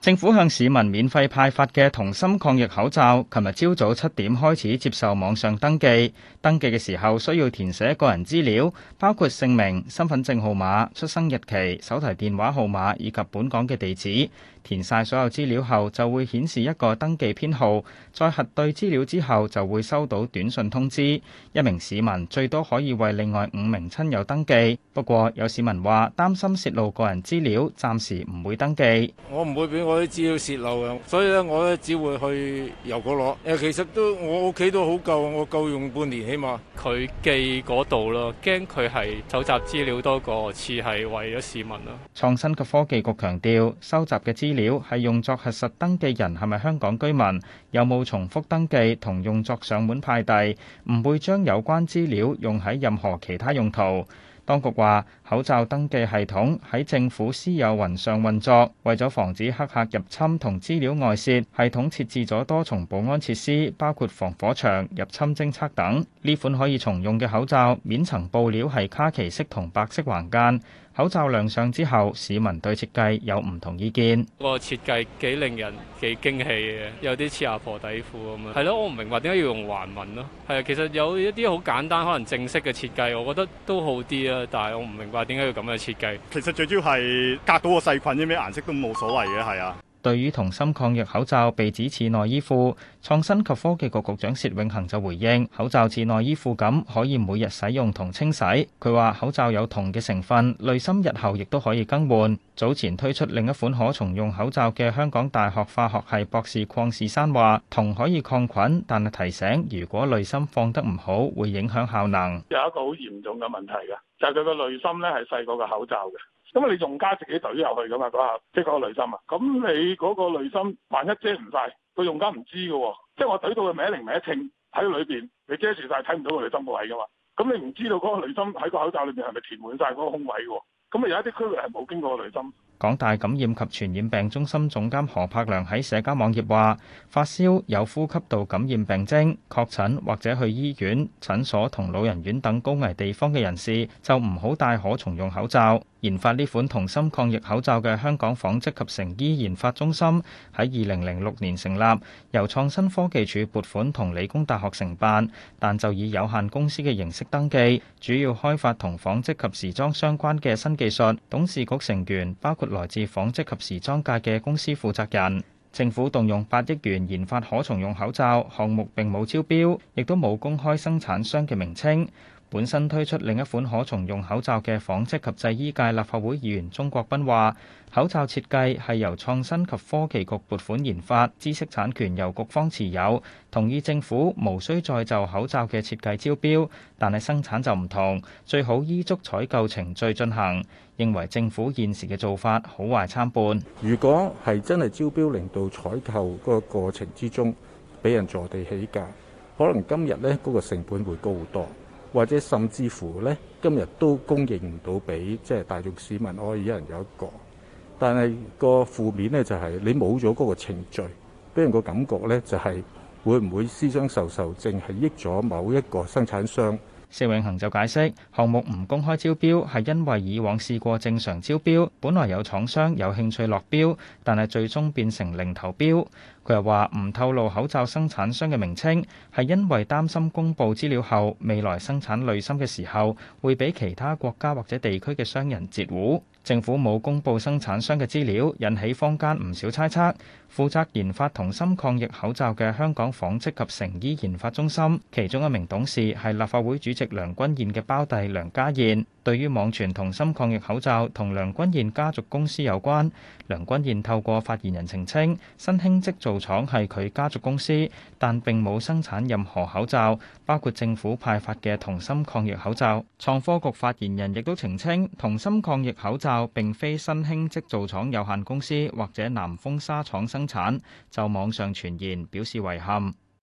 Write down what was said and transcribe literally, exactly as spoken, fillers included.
政府向市民免費派發嘅同心抗疫口罩，琴日朝早七點開始接受網上登記。登記嘅時候需要填寫個人資料，包括姓名、身份證號碼、出生日期、手提電話號碼以及本港嘅地址。填晒所有資料後，就會顯示一個登記編號，再核對資料之後就會收到短信通知。一名市民最多可以為另外五名親友登記。不過有市民話擔心泄露個人資料，暫時唔會登記。 我唔會俾我啲資料泄露嘅，所以咧我咧只會去郵局攞。誒，其實都我屋企都好夠，我夠用半年起碼。 佢寄嗰度咯，驚佢係搜集資料多過似係為咗市民咯。 創新及科技局強調，收集嘅資料係用作核實登記人係咪香港居民，有冇重複登記同用作上門派遞，唔會將有關資料用喺任何其他用途。當局話，口罩登記系統喺政府私有雲上運作，為咗防止黑客入侵同資料外泄，系統設置咗多重保安設施，包括防火牆、入侵偵測等。呢款可以重用嘅口罩，面層布料係卡其色同白色橫間。口罩亮相之後，市民對設計有唔同意見。 個設計幾令人幾驚喜嘅，有啲似阿婆底褲咁樣。係咯，我唔明白點解要用橫紋咯。係啊，其實有一啲好簡單，可能正式嘅設計，我覺得都好啲啊。但係我唔明白點解要咁嘅設計。 其實最主要係隔到個細菌，啲咩顏色都冇所謂嘅，係啊。 對於同心抗疫口罩被指似內衣褲，創新及科技局局長薛永恒就回應：口罩似內衣褲咁，可以每日使用同清洗。佢話口罩有銅嘅成分，濾芯日後亦都可以更換。早前推出另一款可重用口罩嘅香港大學化學系博士鄺士山話：銅可以抗菌，但係提醒如果濾芯放得唔好，會影響效能。 有一個好嚴重嘅問題嘅，就係佢個濾芯咧係細過個口罩嘅。咁你用家自己懟入去噶嘛？嗰下即係嗰個濾芯啊！咁你嗰個濾芯萬一遮唔晒，個用家唔知嘅喎。即係我懟到佢歪零歪稱喺裏邊，你遮住晒睇唔到個濾芯個位噶嘛？咁你唔知道嗰個濾芯喺個口罩裏邊係咪填滿晒嗰個空位喎？咁啊有一啲區域係冇經過個濾芯。 港大感染及傳染病中心總監何柏良喺社交網頁話：發燒、有呼吸道感染病徵、確診或者去醫院、診所同老人院等高危地方嘅人士，就唔好戴可重用口罩。研發呢款同心抗疫口罩嘅香港紡織及成衣研發中心喺二零零六年成立，由創新科技署撥款同理工大學承辦，但就以有限公司嘅形式登記，主要開發同紡織及時裝相關嘅新技術。董事局成員包括來自紡織及時裝界嘅公司負責人。政府動用八億元研發可重用口罩，項目並冇招標，亦都冇公開生產商嘅名稱。本身推出另一款可重用口罩嘅紡織及製衣界立法會議員鍾國斌話：口罩設計係由創新及科技局撥款研發，知識產權由局方持有，同意政府無需再就口罩嘅設計招標，但係生產就唔同，最好依足採購程序進行。認為政府現時嘅做法好壞參半。 如果係真係招標，令到採購嗰個過程之中俾人坐地起價，可能今日呢嗰個成本會高好多。或者甚至乎咧，今日都供應唔到俾即係大眾市民可以一人有一個，但係個負面咧就係你冇咗嗰個程序，俾人個感覺咧就係會唔會私相授受，淨係益咗某一個生產商。 薛永恒就解釋，項目唔公開招標係因為以往試過正常招標，本來有廠商有興趣落標，但係最終變成零投標。佢又話唔透露口罩生產商嘅名稱，係因為擔心公佈資料後，未來生產濾芯嘅時候會俾其他國家或者地區嘅商人截胡。政府冇公佈生產商嘅資料，引起坊間唔少猜測。負責研發同心抗疫口罩嘅香港紡織及成衣研發中心，其中一名董事係立法會主席梁君彥嘅胞弟梁家燕。對於網傳同心抗疫口罩同梁君彥家族公司有關，梁君彥透過發言人澄清，新興織造廠係佢家族公司，但並冇生產任何口罩，包括政府派發嘅同心抗疫口罩。創科局發言人亦都澄清，同心抗疫口罩並非新興織造廠有限公司或者南豐紗廠生產，就網上傳言表示遺憾。